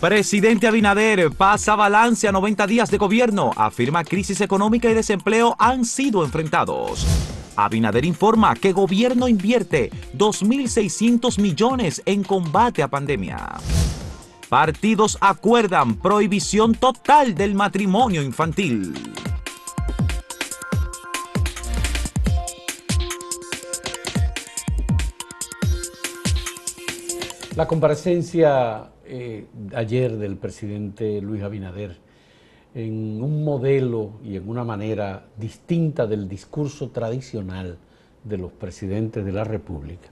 Presidente Abinader pasa balance a 90 días de gobierno. Afirma crisis económica y desempleo han sido enfrentados. Abinader informa que gobierno invierte 2.600 millones en combate a pandemia. Partidos acuerdan prohibición total del matrimonio infantil. La comparecencia ayer del presidente Luis Abinader en un modelo y en una manera distinta del discurso tradicional de los presidentes de la República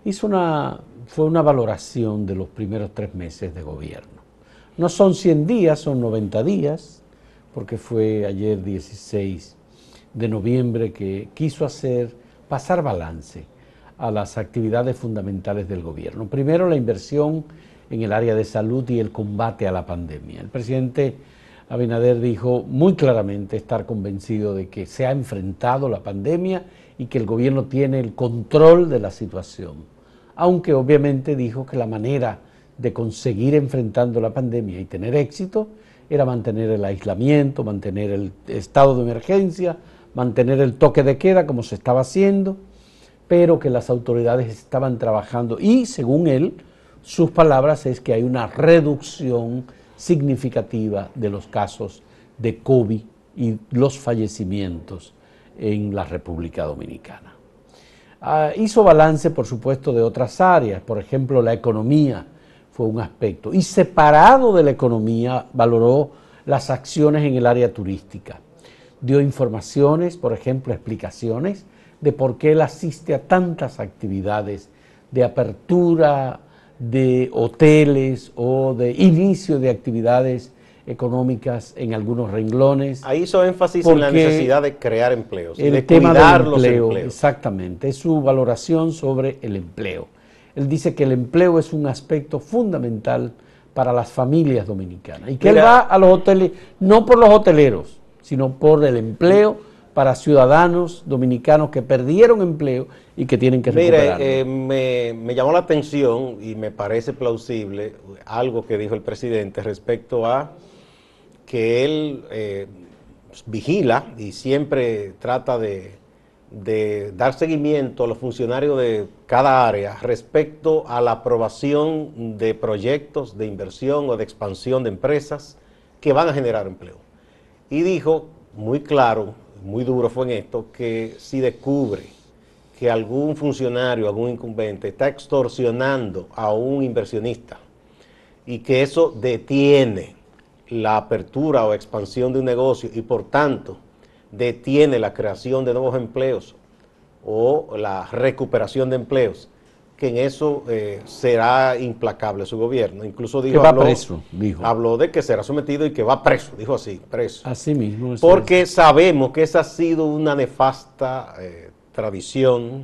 fue una valoración de los primeros 3 meses de gobierno. No son 100 días, son 90 días, porque fue ayer 16 de noviembre que quiso pasar balance a las actividades fundamentales del gobierno. Primero, la inversión en el área de salud y el combate a la pandemia. El presidente Abinader dijo muy claramente estar convencido de que se ha enfrentado la pandemia y que el gobierno tiene el control de la situación, aunque obviamente dijo que la manera de conseguir enfrentando la pandemia y tener éxito era mantener el aislamiento, mantener el estado de emergencia, mantener el toque de queda como se estaba haciendo, pero que las autoridades estaban trabajando y, según él, sus palabras es que hay una reducción significativa de los casos de COVID y los fallecimientos en la República Dominicana. Hizo balance, por supuesto, de otras áreas, por ejemplo, la economía fue un aspecto, y separado de la economía valoró las acciones en el área turística. Dio informaciones, por ejemplo, explicaciones de por qué él asiste a tantas actividades de apertura de hoteles o de inicio de actividades económicas en algunos renglones. Ahí hizo énfasis en la necesidad de crear empleos, de cuidar los empleos. Exactamente, es su valoración sobre el empleo. Él dice que el empleo es un aspecto fundamental para las familias dominicanas y que él va a los hoteles, no por los hoteleros, sino por el empleo para ciudadanos dominicanos que perdieron empleo y que tienen que recuperarlo. Me llamó la atención y me parece plausible algo que dijo el presidente respecto a que él vigila y siempre trata de dar seguimiento a los funcionarios de cada área respecto a la aprobación de proyectos de inversión o de expansión de empresas que van a generar empleo. Y dijo muy claro, muy duro fue en esto, que si descubre que algún funcionario, algún incumbente está extorsionando a un inversionista y que eso detiene la apertura o expansión de un negocio y por tanto detiene la creación de nuevos empleos o la recuperación de empleos, que en eso será implacable su gobierno. Incluso dijo, habló de que será sometido y que va preso, dijo así, preso. Así mismo. Porque sabemos que esa ha sido una nefasta tradición,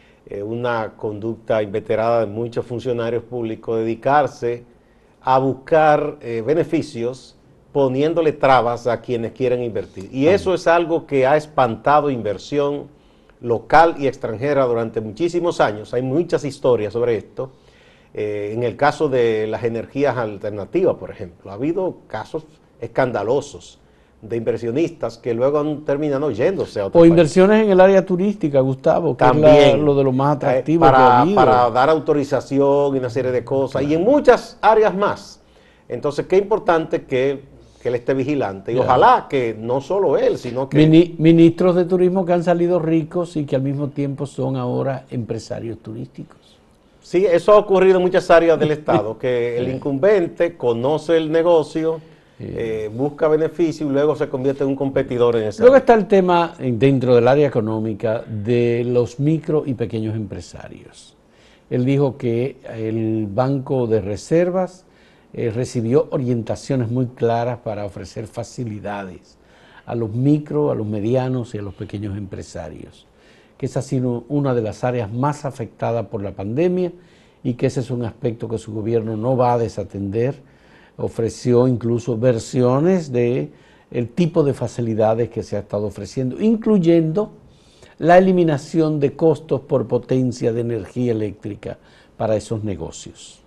una conducta inveterada de muchos funcionarios públicos, dedicarse a buscar beneficios poniéndole trabas a quienes quieren invertir. Y eso es algo que ha espantado inversión local y extranjera durante muchísimos años. Hay muchas historias sobre esto. En el caso de las energías alternativas, por ejemplo, ha habido casos escandalosos de inversionistas que luego han terminado yéndose a otro país. Inversiones en el área turística, Gustavo, que también es lo de lo más atractivo que ha habido. Para dar autorización y una serie de cosas, y en muchas áreas más. Entonces, qué importante que él esté vigilante, y ojalá que no solo él, sino que ministros de turismo que han salido ricos y que al mismo tiempo son ahora empresarios turísticos. Sí, eso ha ocurrido en muchas áreas del Estado, que el incumbente conoce el negocio, busca beneficio y luego se convierte en un competidor en ese área. Luego está el tema dentro del área económica de los micro y pequeños empresarios. Él dijo que el Banco de Reservas recibió orientaciones muy claras para ofrecer facilidades a los micro, a los medianos y a los pequeños empresarios, que esa ha sido una de las áreas más afectadas por la pandemia y que ese es un aspecto que su gobierno no va a desatender. Ofreció incluso versiones de el tipo de facilidades que se ha estado ofreciendo, incluyendo la eliminación de costos por potencia de energía eléctrica para esos negocios.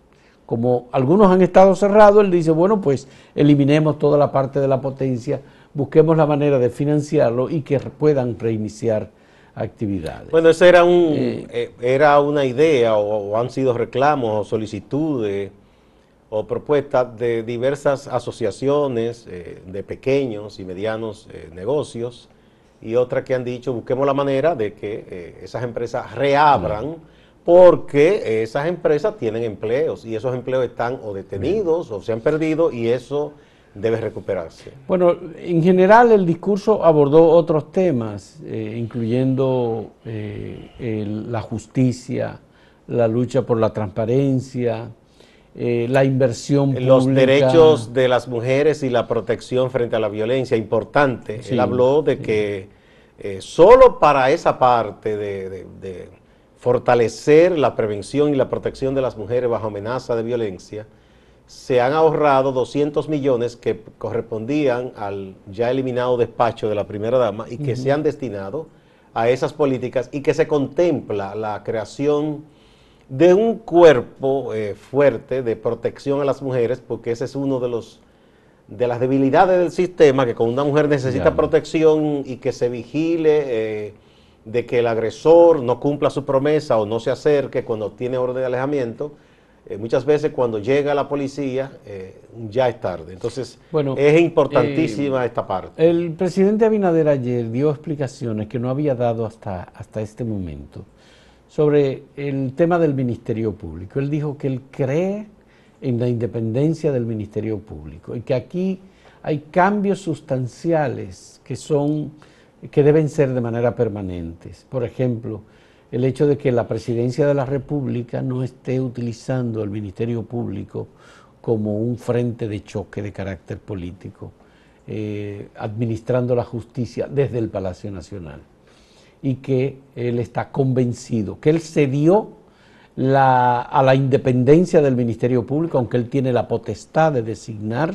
Como algunos han estado cerrados, él dice, bueno, pues eliminemos toda la parte de la potencia, busquemos la manera de financiarlo y que puedan reiniciar actividades. Bueno, esa era una idea o han sido reclamos o solicitudes o propuestas de diversas asociaciones de pequeños y medianos negocios y otras que han dicho busquemos la manera de que esas empresas reabran porque esas empresas tienen empleos y esos empleos están o detenidos o se han perdido y eso debe recuperarse. Bueno, en general el discurso abordó otros temas, incluyendo la justicia, la lucha por la transparencia, la inversión pública. Los derechos de las mujeres y la protección frente a la violencia, importante. Sí, él habló de que solo para esa parte de fortalecer la prevención y la protección de las mujeres bajo amenaza de violencia, se han ahorrado 200 millones que correspondían al ya eliminado despacho de la primera dama y que se han destinado a esas políticas y que se contempla la creación de un cuerpo fuerte de protección a las mujeres, porque ese es uno de las debilidades del sistema, que cuando una mujer necesita protección y que se vigile de que el agresor no cumpla su promesa o no se acerque cuando tiene orden de alejamiento, muchas veces cuando llega la policía ya es tarde. Entonces, bueno, es importantísima esta parte. El presidente Abinader ayer dio explicaciones que no había dado hasta este momento sobre el tema del Ministerio Público. Él dijo que él cree en la independencia del Ministerio Público y que aquí hay cambios sustanciales que deben ser de manera permanente. Por ejemplo, el hecho de que la Presidencia de la República no esté utilizando el Ministerio Público como un frente de choque de carácter político, administrando la justicia desde el Palacio Nacional. Y que él está convencido, que él cedió a la independencia del Ministerio Público, aunque él tiene la potestad de designar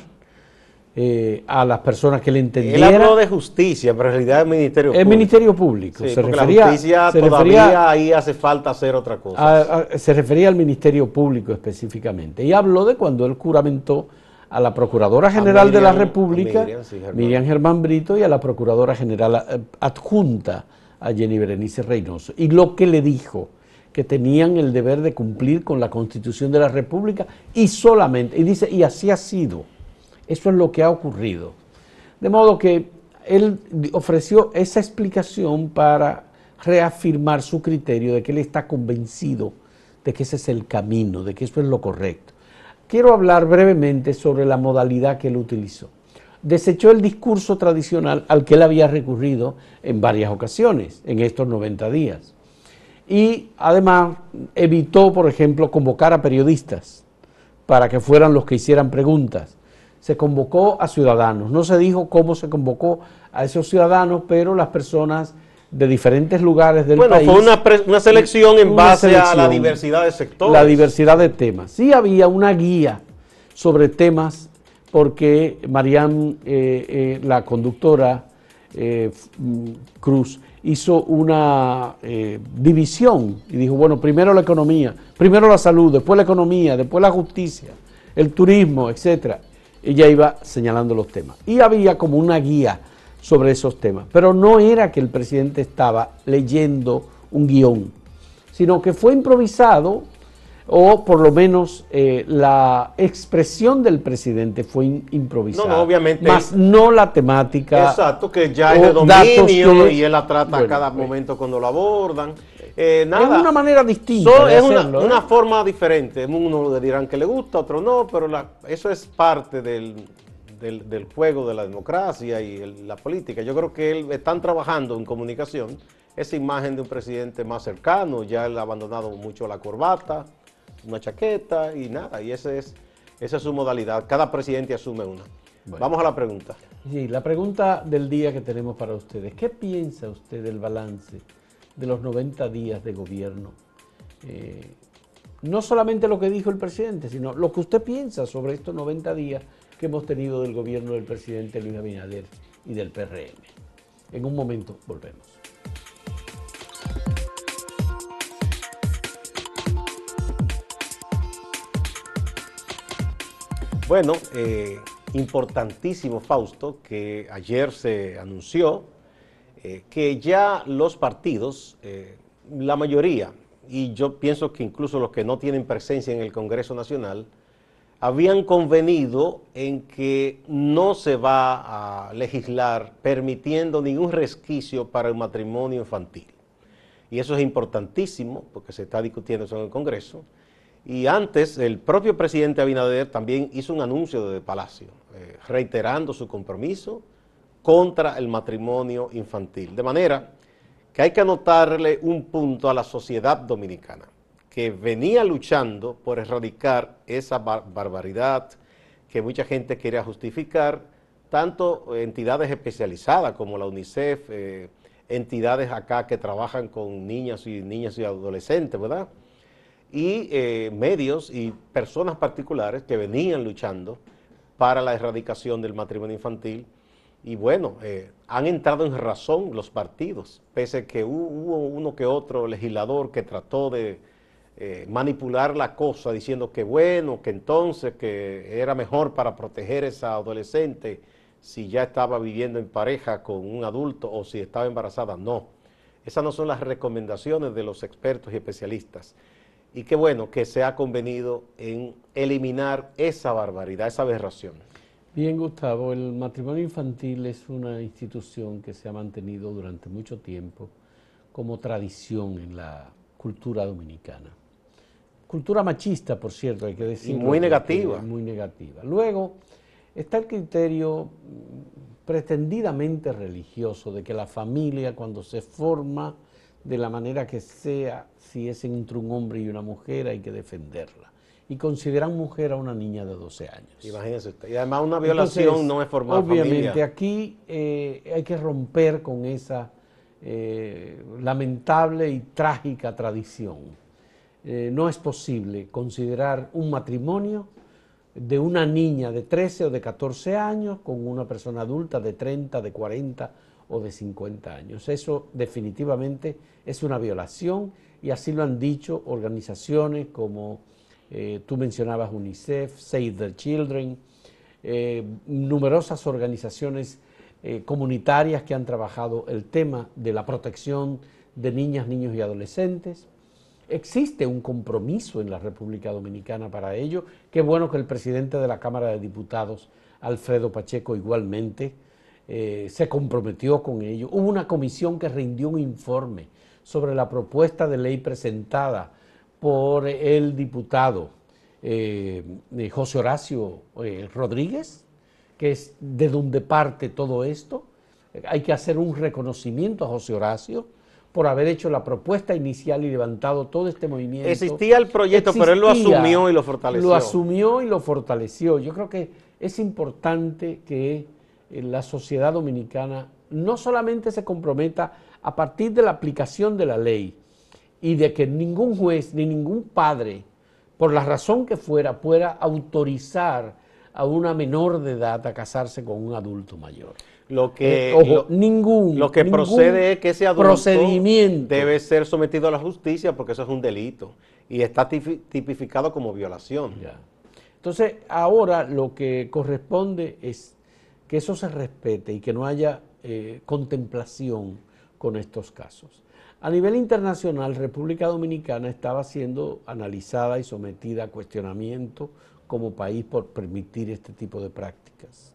a las personas que le entendiera. Él habló de justicia, pero en realidad es Ministerio Público. El Ministerio Público. Sí, porque la justicia todavía ahí hace falta hacer otra cosa. Se refería al Ministerio Público específicamente. Y habló de cuando él juramentó a la Procuradora General de la República, Miriam Germán Brito, y a la Procuradora General adjunta, a Jenny Berenice Reynoso, y lo que le dijo, que tenían el deber de cumplir con la Constitución de la República y solamente, y dice, y así ha sido, eso es lo que ha ocurrido. De modo que él ofreció esa explicación para reafirmar su criterio de que él está convencido de que ese es el camino, de que eso es lo correcto. Quiero hablar brevemente sobre la modalidad que él utilizó. Desechó el discurso tradicional al que él había recurrido en varias ocasiones en estos 90 días. Y además evitó, por ejemplo, convocar a periodistas para que fueran los que hicieran preguntas. Se convocó a ciudadanos. No se dijo cómo se convocó a esos ciudadanos, pero las personas de diferentes lugares del país. Bueno, fue una selección en base a la diversidad de sectores. La diversidad de temas. Sí había una guía sobre temas, porque Mariam, la conductora Cruz, hizo una división y dijo, bueno, primero la economía, primero la salud, después la economía, después la justicia, el turismo, etcétera. Ella iba señalando los temas. Y había como una guía sobre esos temas. Pero no era que el presidente estaba leyendo un guión, sino que fue improvisado, o por lo menos la expresión del presidente fue improvisada. No, obviamente. Más no la temática. Exacto, que ya es de dominio y él la trata a cada momento cuando lo abordan. Nada. Es una manera distinta de hacerlo, una forma diferente. Uno le dirán que le gusta, otro no, pero eso es parte del juego de la democracia y la política. Yo creo que están trabajando en comunicación esa imagen de un presidente más cercano. Ya él ha abandonado mucho la corbata, una chaqueta y nada, y esa es su modalidad. Cada presidente asume una. Bueno. Vamos a la pregunta. Sí, la pregunta del día que tenemos para ustedes. ¿Qué piensa usted del balance de los 90 días de gobierno? No solamente lo que dijo el presidente, sino lo que usted piensa sobre estos 90 días que hemos tenido del gobierno del presidente Luis Abinader y del PRM. En un momento volvemos. Bueno, importantísimo, Fausto, que ayer se anunció que ya los partidos, la mayoría, y yo pienso que incluso los que no tienen presencia en el Congreso Nacional, habían convenido en que no se va a legislar permitiendo ningún resquicio para el matrimonio infantil. Y eso es importantísimo porque se está discutiendo eso en el Congreso. Y antes, el propio presidente Abinader también hizo un anuncio desde Palacio, reiterando su compromiso contra el matrimonio infantil. De manera que hay que anotarle un punto a la sociedad dominicana, que venía luchando por erradicar esa barbaridad que mucha gente quería justificar, tanto entidades especializadas como la UNICEF, entidades acá que trabajan con niñas y adolescentes, ¿verdad? Y medios y personas particulares que venían luchando para la erradicación del matrimonio infantil. Y bueno, han entrado en razón los partidos, pese a que hubo uno que otro legislador que trató de manipular la cosa diciendo que bueno, que entonces que era mejor para proteger a esa adolescente si ya estaba viviendo en pareja con un adulto o si estaba embarazada. No, esas no son las recomendaciones de los expertos y especialistas. Y qué bueno que se ha convenido en eliminar esa barbaridad, esa aberración. Bien, Gustavo, el matrimonio infantil es una institución que se ha mantenido durante mucho tiempo como tradición en la cultura dominicana. Cultura machista, por cierto, hay que decirlo. Y muy negativa. Muy negativa. Luego está el criterio pretendidamente religioso de que la familia, cuando se forma de la manera que sea, si es entre un hombre y una mujer, hay que defenderla. Y consideran mujer a una niña de 12 años. Imagínese usted. Y además una violación. Entonces, no es formar obviamente, familia. Aquí hay que romper con esa lamentable y trágica tradición. No es posible considerar un matrimonio de una niña de 13 o de 14 años con una persona adulta de 30, de 40 o de 50 años. Eso definitivamente es una violación y así lo han dicho organizaciones como tú mencionabas UNICEF, Save the Children, numerosas organizaciones comunitarias que han trabajado el tema de la protección de niñas, niños y adolescentes. Existe un compromiso en la República Dominicana para ello. Qué bueno que el presidente de la Cámara de Diputados, Alfredo Pacheco, igualmente se comprometió con ello. Hubo una comisión que rindió un informe sobre la propuesta de ley presentada por el diputado José Horacio Rodríguez, que es de donde parte todo esto. Hay que hacer un reconocimiento a José Horacio por haber hecho la propuesta inicial y levantado todo este movimiento. Existía el proyecto, pero él lo asumió y lo fortaleció. Lo asumió y lo fortaleció. Yo creo que es importante que la sociedad dominicana no solamente se comprometa a partir de la aplicación de la ley y de que ningún juez ni ningún padre, por la razón que fuera, pueda autorizar a una menor de edad a casarse con un adulto mayor. Lo que procede es que ese adulto debe ser sometido a la justicia porque eso es un delito y está tipificado como violación. Ya. Entonces, ahora lo que corresponde es que eso se respete y que no haya contemplación con estos casos. A nivel internacional, República Dominicana estaba siendo analizada y sometida a cuestionamiento como país por permitir este tipo de prácticas.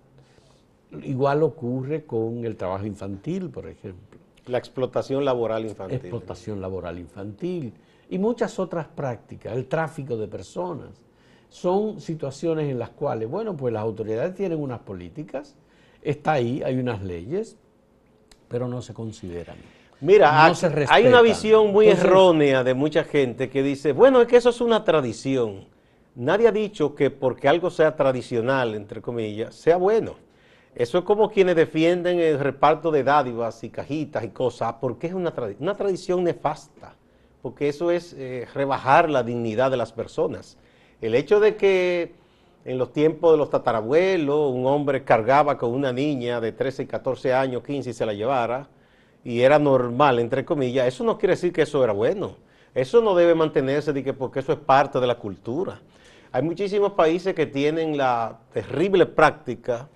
Igual ocurre con el trabajo infantil, por ejemplo. La explotación laboral infantil. Explotación laboral infantil y muchas otras prácticas, el tráfico de personas. Son situaciones en las cuales, bueno, pues las autoridades tienen unas políticas, está ahí, hay unas leyes, pero no se consideran. Mira, no se respetan. Hay una visión muy errónea de mucha gente que dice, bueno, es que eso es una tradición. Nadie ha dicho que porque algo sea tradicional, entre comillas, sea bueno. Eso es como quienes defienden el reparto de dádivas y cajitas y cosas, porque es una tradición nefasta, porque eso es rebajar la dignidad de las personas. El hecho de que en los tiempos de los tatarabuelos un hombre cargaba con una niña de 13, 14 años, 15 y se la llevara, y era normal, entre comillas, eso no quiere decir que eso era bueno. Eso no debe mantenerse porque eso es parte de la cultura. Hay muchísimos países que tienen la terrible práctica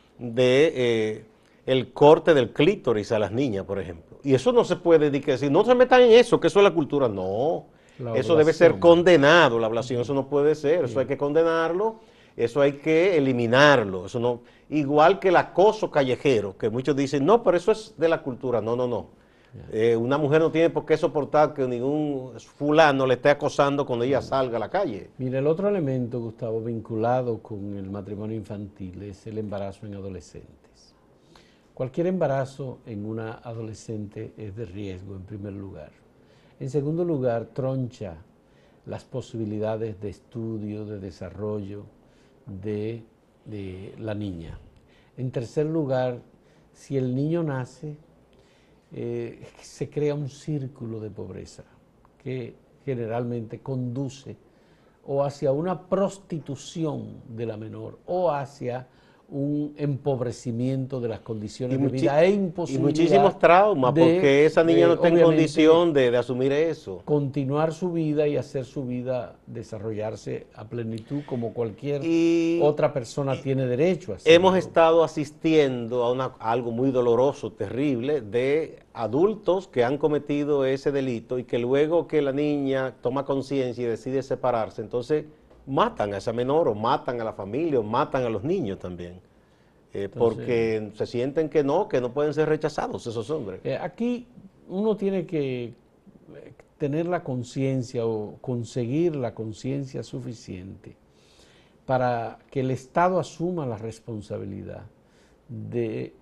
de el corte del clítoris a las niñas, por ejemplo. Y eso no se puede decir, no se metan en eso, que eso es la cultura. No, La eso debe ser ablación. condenado, la ablación, eso no puede ser, eso hay que condenarlo, eso hay que eliminarlo. Eso no, igual que el acoso callejero, que muchos dicen, no, pero eso es de la cultura. No, no, no. Una mujer no tiene por qué soportar que ningún fulano le esté acosando cuando ella salga a la calle. Mira, el otro elemento, Gustavo, vinculado con el matrimonio infantil es el embarazo en adolescentes. Cualquier embarazo en una adolescente es de riesgo, en primer lugar. En segundo lugar, troncha las posibilidades de estudio, de desarrollo de la niña. En tercer lugar, si el niño nace, se crea un círculo de pobreza que generalmente conduce o hacia una prostitución de la menor o hacia un empobrecimiento de las condiciones de vida e imposibilidad. Y muchísimos traumas, porque esa niña no está en condición de asumir eso. Continuar su vida y hacer su vida desarrollarse a plenitud como cualquier otra persona tiene derecho a hacerlo. Hemos estado asistiendo a algo muy doloroso, terrible, de adultos que han cometido ese delito y que luego que la niña toma conciencia y decide separarse, entonces matan a esa menor o matan a la familia o matan a los niños también, porque se sienten que no pueden ser rechazados esos hombres. Aquí uno tiene que tener la conciencia o conseguir la conciencia suficiente para que el Estado asuma la responsabilidad de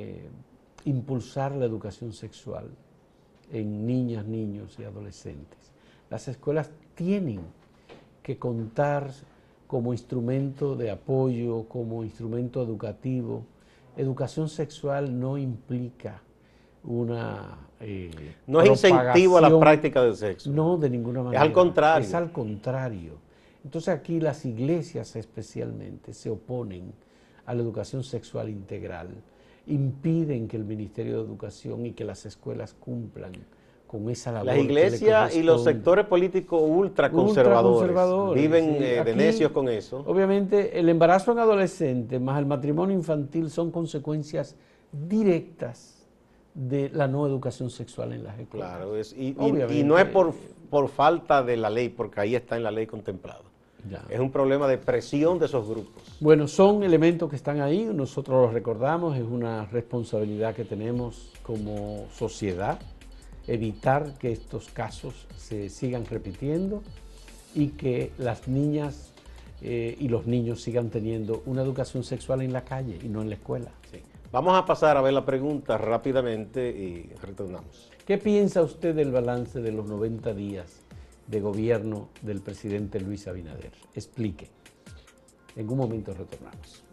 impulsar la educación sexual en niñas, niños y adolescentes. Las escuelas tienen que contar como instrumento de apoyo, como instrumento educativo. Educación sexual no implica una no es incentivo a la práctica del sexo. No, de ninguna manera. Es al contrario. Es al contrario. Entonces aquí las iglesias especialmente se oponen a la educación sexual integral, impiden que el Ministerio de Educación y que las escuelas cumplan con esa labor. Las iglesias y los sectores políticos ultraconservadores viven de necios con eso. Obviamente el embarazo en adolescente más el matrimonio infantil son consecuencias directas de la no educación sexual en las escuelas. Claro, y no es por falta de la ley, porque ahí está en la ley contemplado. Ya. Es un problema de presión de esos grupos. Bueno, son elementos que están ahí, nosotros los recordamos, es una responsabilidad que tenemos como sociedad, evitar que estos casos se sigan repitiendo y que las niñas y los niños sigan teniendo una educación sexual en la calle y no en la escuela. Sí. Vamos a pasar a ver la pregunta rápidamente y retornamos. ¿Qué piensa usted del balance de los 90 días de gobierno del presidente Luis Abinader? Explique. En un momento retornamos.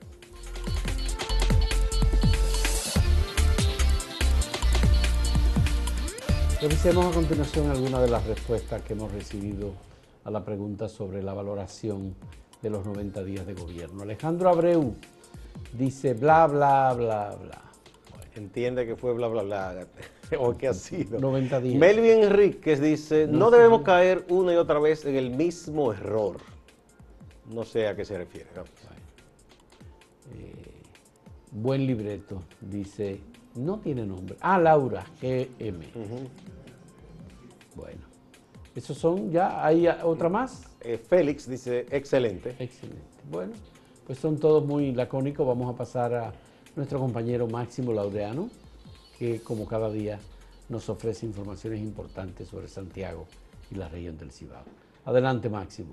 Revisemos a continuación algunas de las respuestas que hemos recibido a la pregunta sobre la valoración de los 90 días de gobierno. Alejandro Abreu dice bla, bla, bla, bla. Entiende que fue bla, bla, bla, o que ha sido. 90 días. Melvin Enríquez dice, no debemos caer una y otra vez en el mismo error. No sé a qué se refiere. No. Buen libreto, dice, no tiene nombre. Ah, Laura, GM. Bueno, esos son ya, ¿hay otra más? Félix dice, excelente. Excelente. Bueno, pues son todos muy lacónicos. Vamos a pasar a nuestro compañero Máximo Laureano, que como cada día nos ofrece informaciones importantes sobre Santiago y la región del Cibao. Adelante, Máximo.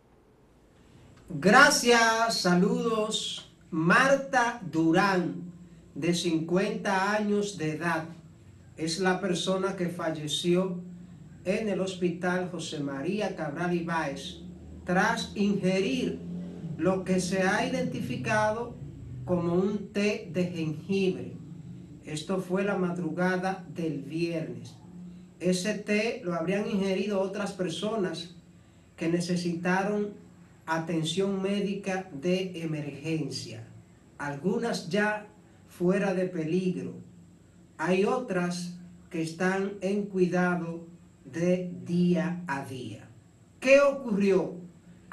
Gracias, saludos. Marta Durán, de 50 años de edad, es la persona que falleció en el hospital José María Cabral Ibáez tras ingerir lo que se ha identificado como un té de jengibre. Esto fue la madrugada del viernes. Ese té lo habrían ingerido otras personas que necesitaron atención médica de emergencia. Algunas ya fuera de peligro. Hay otras que están en cuidado de día a día. ¿Qué ocurrió?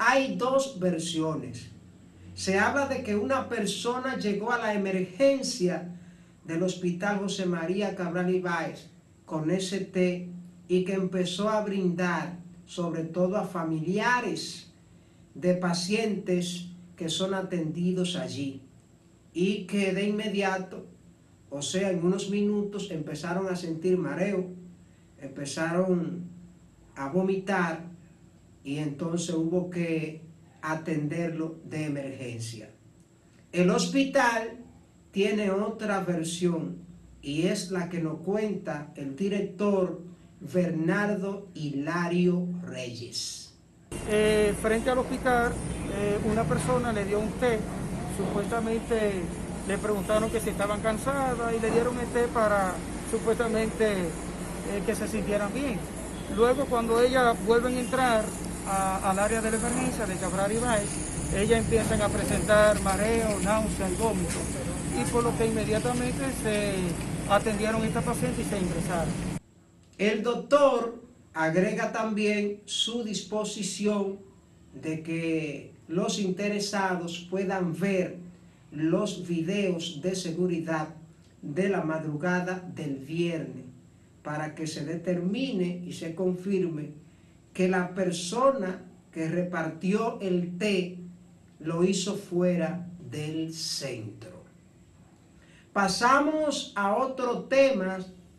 hay dos versiones. Se habla de que una persona llegó a la emergencia del Hospital José María Cabral Ibáez con ese té y que empezó a brindar sobre todo a familiares de pacientes que son atendidos allí y que de inmediato, o sea, en unos minutos empezaron a sentir mareo, empezaron a vomitar y entonces hubo que atenderlo de emergencia. El hospital tiene otra versión y es la que nos cuenta el director Bernardo Hilario Reyes. Frente al hospital, una persona le dio un té, supuestamente le preguntaron que si estaban cansadas y le dieron el té para supuestamente que se sintieran bien. Luego, cuando ellas vuelven a entrar al área de la emergencia de Cabral Ibáez, ellas empiezan a presentar mareo, náusea y vómito, y por lo que inmediatamente se atendieron a esta paciente y se ingresaron. El doctor agrega también su disposición de que los interesados puedan ver los videos de seguridad de la madrugada del viernes para que se determine y se confirme que la persona que repartió el té lo hizo fuera del centro. Pasamos a otro tema.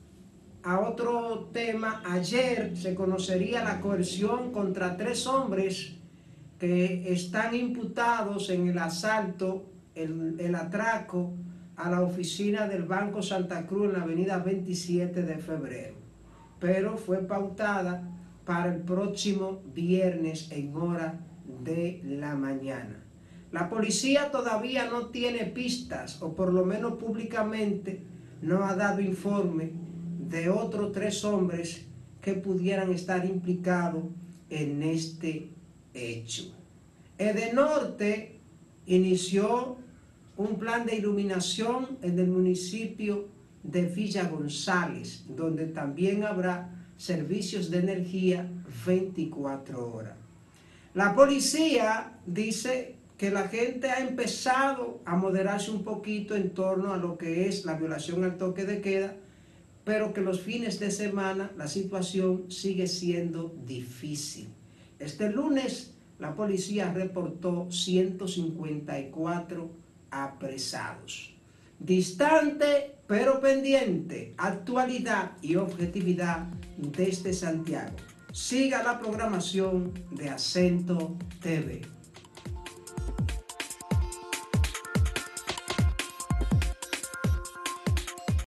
Ayer se conocería la coerción contra 3 hombres que están imputados en el asalto, el atraco a la oficina del Banco Santa Cruz en la avenida 27 de febrero, pero fue pautada para el próximo viernes en hora de la mañana. La policía todavía no tiene pistas, o por lo menos públicamente no ha dado informe de otros 3 hombres que pudieran estar implicados en este hecho. Edenorte inició un plan de iluminación en el municipio de Villa González, donde también habrá servicios de energía 24 horas. La policía dice que la gente ha empezado a moderarse un poquito en torno a lo que es la violación al toque de queda, pero que los fines de semana la situación sigue siendo difícil. Este lunes la policía reportó 154 apresados. Distante pero pendiente, actualidad y objetividad desde Santiago. Siga la programación de Acento TV.